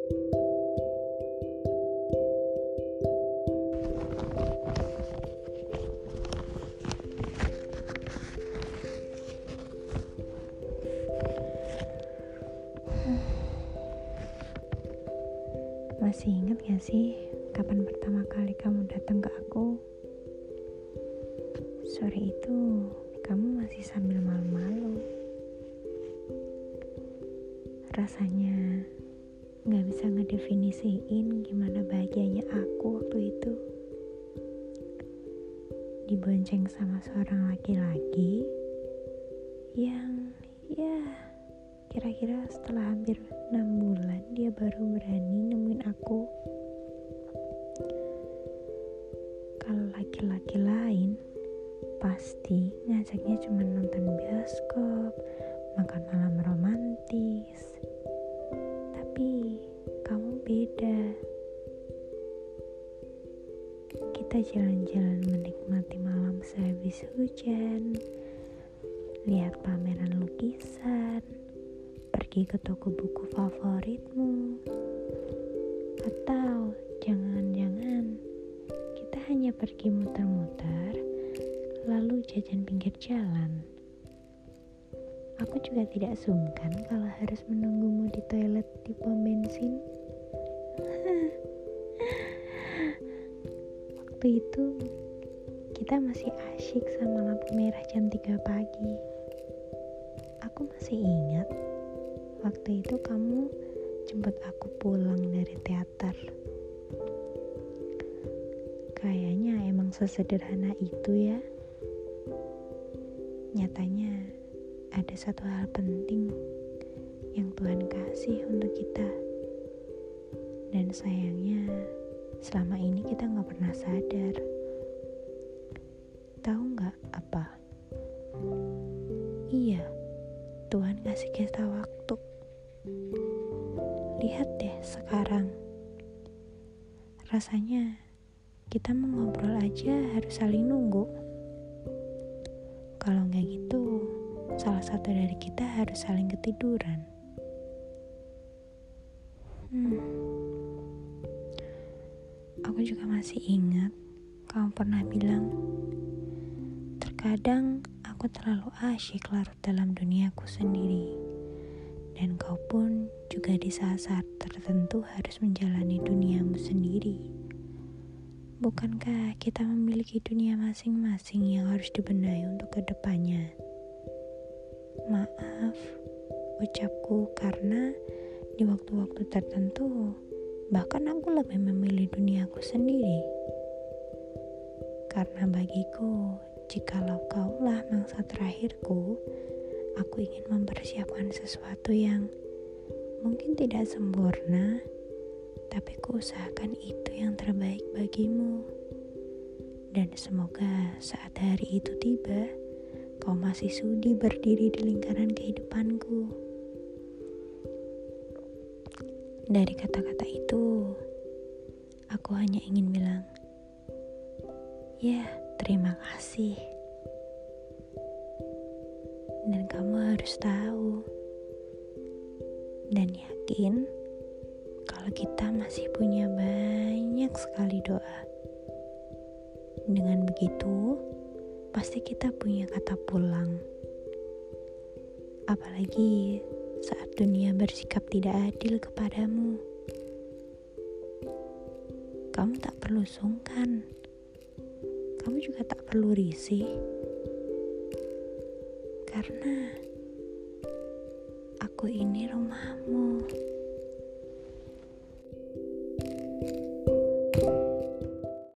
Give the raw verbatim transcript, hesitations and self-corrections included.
Masih ingat gak sih kapan pertama kali kamu datang ke aku? Sore itu kamu masih sambil malu-malu. Rasanya gak bisa ngedefinisiin gimana bahagianya aku waktu itu. Dibonceng sama seorang laki-laki yang ya kira-kira setelah hampir enam bulan dia baru berani nemuin aku. Kalau laki-laki lain pasti ngajaknya cuma nonton bioskop, makan malam romantis. Tapi kamu beda. Kita jalan-jalan menikmati malam sehabis hujan, lihat pameran lukisan, pergi ke toko buku favoritmu, atau jangan-jangan kita hanya pergi muter-muter lalu jajan pinggir jalan. Aku juga tidak sungkan kalau harus menunggumu di toilet di pom bensin. Waktu itu kita masih asyik sama lampu merah jam tiga pagi. Aku masih ingat waktu itu kamu jemput aku pulang dari teater. Kayaknya emang sesederhana itu ya. Nyatanya ada satu hal penting yang Tuhan kasih untuk kita. Dan sayangnya selama ini kita gak pernah sadar. Tahu gak apa? Iya, Tuhan kasih kita waktu. Lihat deh sekarang. Rasanya kita mau ngobrol aja harus saling nunggu. Kalau nggak gitu, salah satu dari kita harus saling ketiduran. Hmm. Aku juga masih ingat kamu pernah bilang, terkadang aku terlalu asyik larut dalam duniaku sendiri. Dan kau pun juga di saat-saat tertentu harus menjalani duniamu sendiri. Bukankah kita memiliki dunia masing-masing yang harus dibenahi untuk kedepannya? Maaf, ucapku karena di waktu-waktu tertentu bahkan aku lebih memilih duniaku sendiri. Karena bagiku, jikalau kaulah mangsa terakhirku, aku ingin mempersiapkan sesuatu yang mungkin tidak sempurna, tapi kuusahakan itu yang terbaik bagimu. Dan semoga saat hari itu tiba, kau masih sudi berdiri di lingkaran kehidupanku. Dari kata-kata itu, aku hanya ingin bilang, ya terima kasih. Dan kamu harus tahu dan yakin kalau kita masih punya banyak sekali doa. Dengan begitu, pasti kita punya kata pulang. Apalagi saat dunia bersikap tidak adil kepadamu. Kamu tak perlu sungkan. Kamu juga tak perlu risih. Karena aku ini rumahmu.